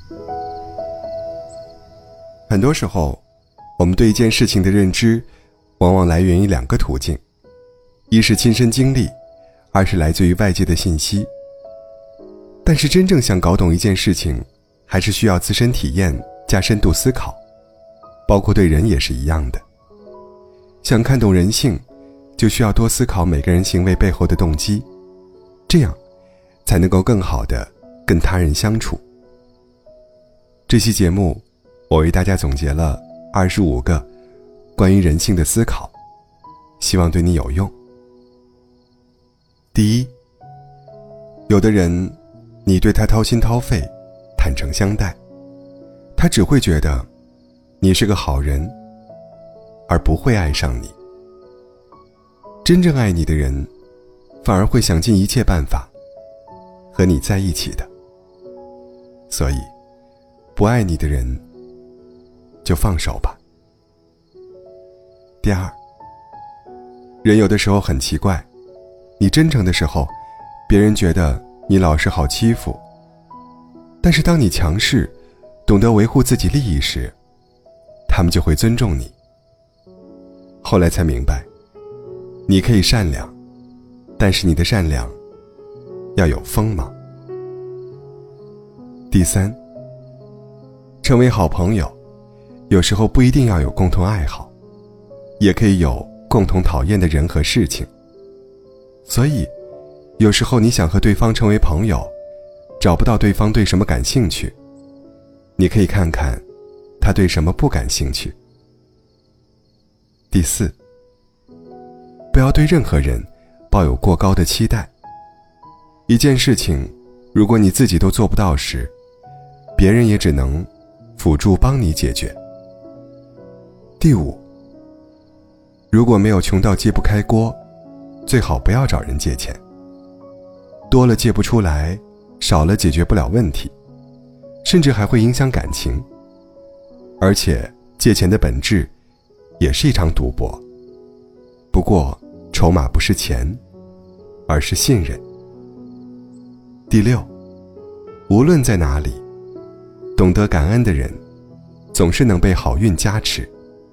很多时候，我们对一件事情的认知往往来源于两个途径，一是亲身经历，二是来自于外界的信息。但是真正想搞懂一件事情，还是需要自身体验加深度思考，包括对人也是一样的。想看懂人性，就需要多思考每个人行为背后的动机，这样才能够更好地跟他人相处。这期节目我为大家总结了25个关于人性的思考，希望对你有用。第一，有的人你对他掏心掏肺，坦诚相待，他只会觉得你是个好人，而不会爱上你。真正爱你的人，反而会想尽一切办法和你在一起的。所以，不爱你的人，就放手吧。第二，人有的时候很奇怪，你真诚的时候，别人觉得你老实好欺负，但是当你强势，懂得维护自己利益时，他们就会尊重你。后来才明白，你可以善良，但是你的善良要有锋芒。第三，成为好朋友，有时候不一定要有共同爱好，也可以有共同讨厌的人和事情。所以，有时候你想和对方成为朋友，找不到对方对什么感兴趣，你可以看看他对什么不感兴趣。第四，不要对任何人抱有过高的期待。一件事情，如果你自己都做不到时，别人也只能辅助帮你解决。第五，如果没有穷到揭不开锅，最好不要找人借钱。多了借不出来，少了解决不了问题，甚至还会影响感情。而且借钱的本质也是一场赌博，不过筹码不是钱，而是信任。第六，无论在哪里，懂得感恩的人总是能被好运加持。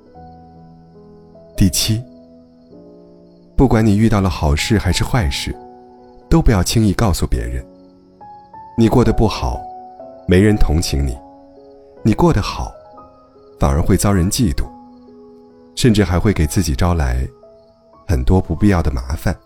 第七，不管你遇到了好事还是坏事，都不要轻易告诉别人。你过得不好，没人同情你；你过得好，反而会遭人嫉妒，甚至还会给自己招来很多不必要的麻烦。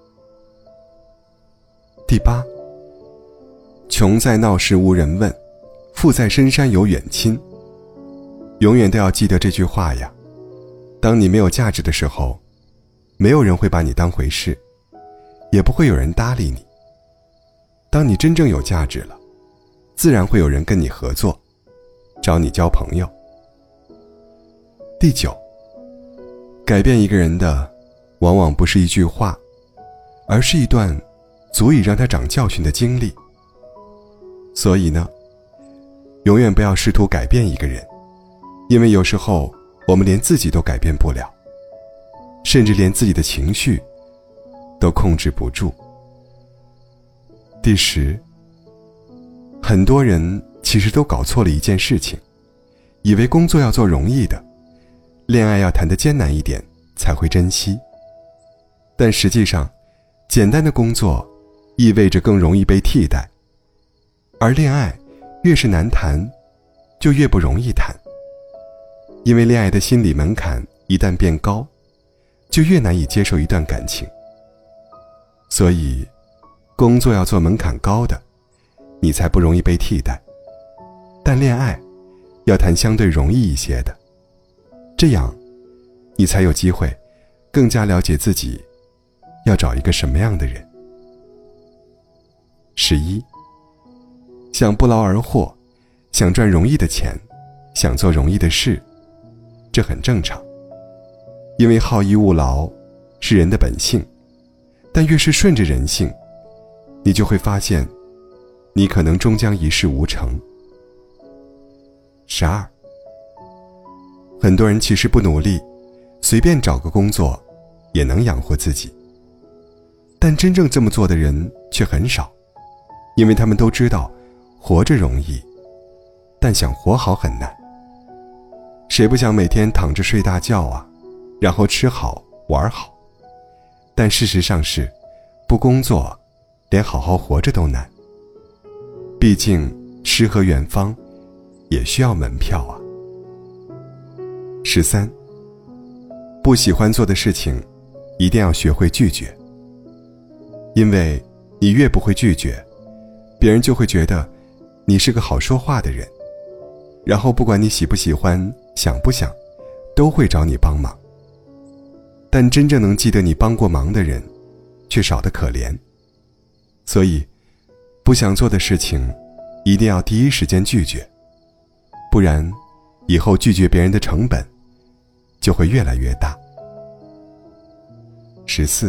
第八，穷在闹市无人问，富在深山有远亲。永远都要记得这句话呀，当你没有价值的时候，没有人会把你当回事，也不会有人搭理你。当你真正有价值了，自然会有人跟你合作，找你交朋友。第九，改变一个人的往往不是一句话，而是一段足以让他长教训的经历。所以呢，永远不要试图改变一个人，因为有时候我们连自己都改变不了，甚至连自己的情绪都控制不住。第十，很多人其实都搞错了一件事情，以为工作要做容易的，恋爱要谈得艰难一点才会珍惜。但实际上，简单的工作意味着更容易被替代，而恋爱越是难谈，就越不容易谈。因为恋爱的心理门槛一旦变高，就越难以接受一段感情。所以，工作要做门槛高的，你才不容易被替代。但恋爱要谈相对容易一些的，这样你才有机会更加了解自己要找一个什么样的人。11，想不劳而获，想赚容易的钱，想做容易的事，这很正常。因为好逸恶劳是人的本性，但越是顺着人性，你就会发现你可能终将一事无成。12，很多人其实不努力，随便找个工作也能养活自己，但真正这么做的人却很少，因为他们都知道活着容易， 但想活好很难。谁不想每天躺着睡大觉啊，然后吃好玩好？但事实上是，不工作，连好好活着都难。毕竟诗和远方也需要门票啊。13，不喜欢做的事情，一定要学会拒绝。因为你越不会拒绝，别人就会觉得你是个好说话的人，然后不管你喜不喜欢，想不想，都会找你帮忙。但真正能记得你帮过忙的人，却少得可怜。所以，不想做的事情，一定要第一时间拒绝，不然，以后拒绝别人的成本，就会越来越大。14，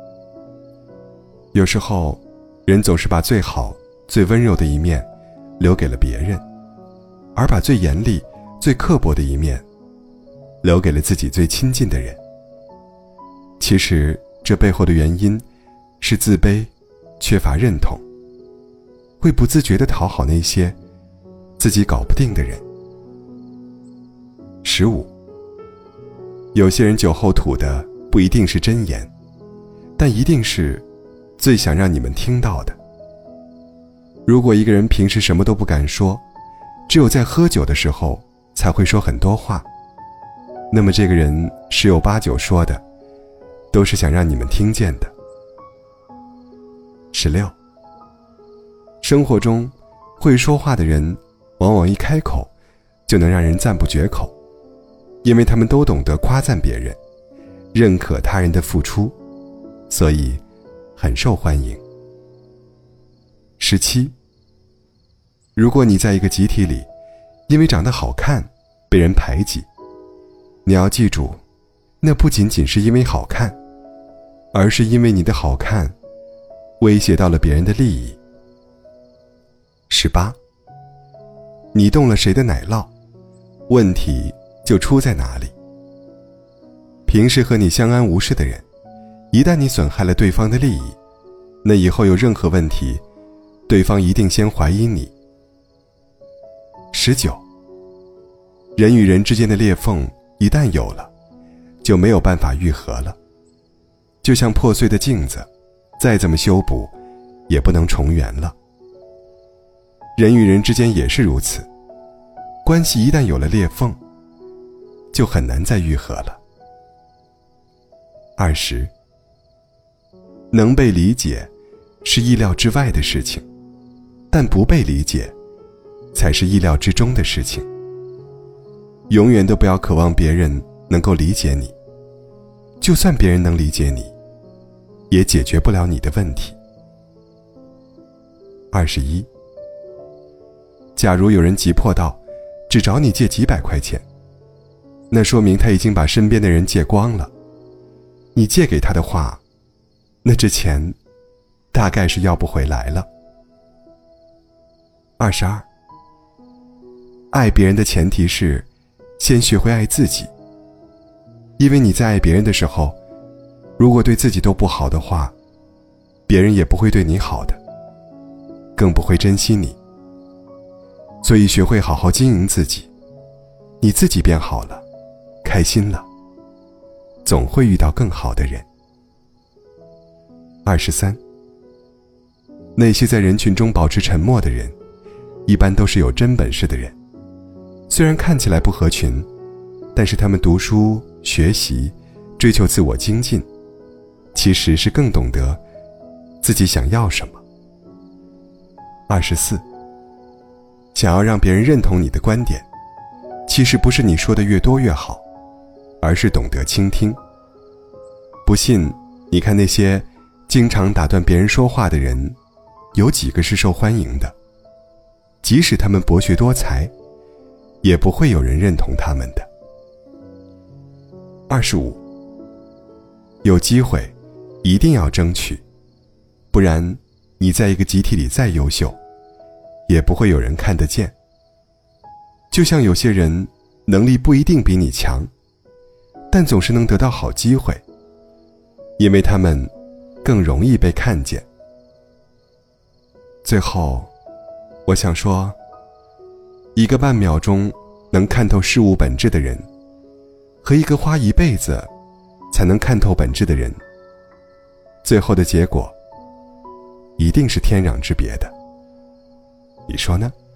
有时候，人总是把最好、最温柔的一面留给了别人，而把最严厉、最刻薄的一面留给了自己最亲近的人。其实这背后的原因是自卑，缺乏认同，会不自觉地讨好那些自己搞不定的人。15，有些人酒后吐的不一定是真言，但一定是最想让你们听到的。如果一个人平时什么都不敢说，只有在喝酒的时候才会说很多话，那么这个人十有八九说的都是想让你们听见的。16，生活中会说话的人往往一开口就能让人赞不绝口，因为他们都懂得夸赞别人，认可他人的付出，所以很受欢迎。17，如果你在一个集体里因为长得好看被人排挤，你要记住，那不仅仅是因为好看，而是因为你的好看威胁到了别人的利益。18，你动了谁的奶酪，问题就出在哪里。平时和你相安无事的人，一旦你损害了对方的利益，那以后有任何问题，对方一定先怀疑你。19，人与人之间的裂缝一旦有了，就没有办法愈合了，就像破碎的镜子，再怎么修补也不能重圆了。人与人之间也是如此，关系一旦有了裂缝，就很难再愈合了。20，能被理解是意料之外的事情，但不被理解才是意料之中的事情。永远都不要渴望别人能够理解你，就算别人能理解你，也解决不了你的问题。21，假如有人急迫到只找你借几百块钱，那说明他已经把身边的人借光了。你借给他的话，那这钱大概是要不回来了。22，爱别人的前提是先学会爱自己。因为你在爱别人的时候，如果对自己都不好的话，别人也不会对你好的，更不会珍惜你。所以学会好好经营自己，你自己变好了，开心了，总会遇到更好的人。23，那些在人群中保持沉默的人，一般都是有真本事的人。虽然看起来不合群，但是他们读书、学习、追求自我精进，其实是更懂得自己想要什么。24，想要让别人认同你的观点，其实不是你说的越多越好，而是懂得倾听。不信，你看那些经常打断别人说话的人，有几个是受欢迎的？即使他们博学多才，也不会有人认同他们的。25，有机会一定要争取，不然你在一个集体里再优秀，也不会有人看得见。就像有些人能力不一定比你强，但总是能得到好机会，因为他们更容易被看见。最后，我想说， 一个半秒钟能看透事物本质的人，和一个花一辈子才能看透本质的人，最后的结果一定是天壤之别的。你说呢？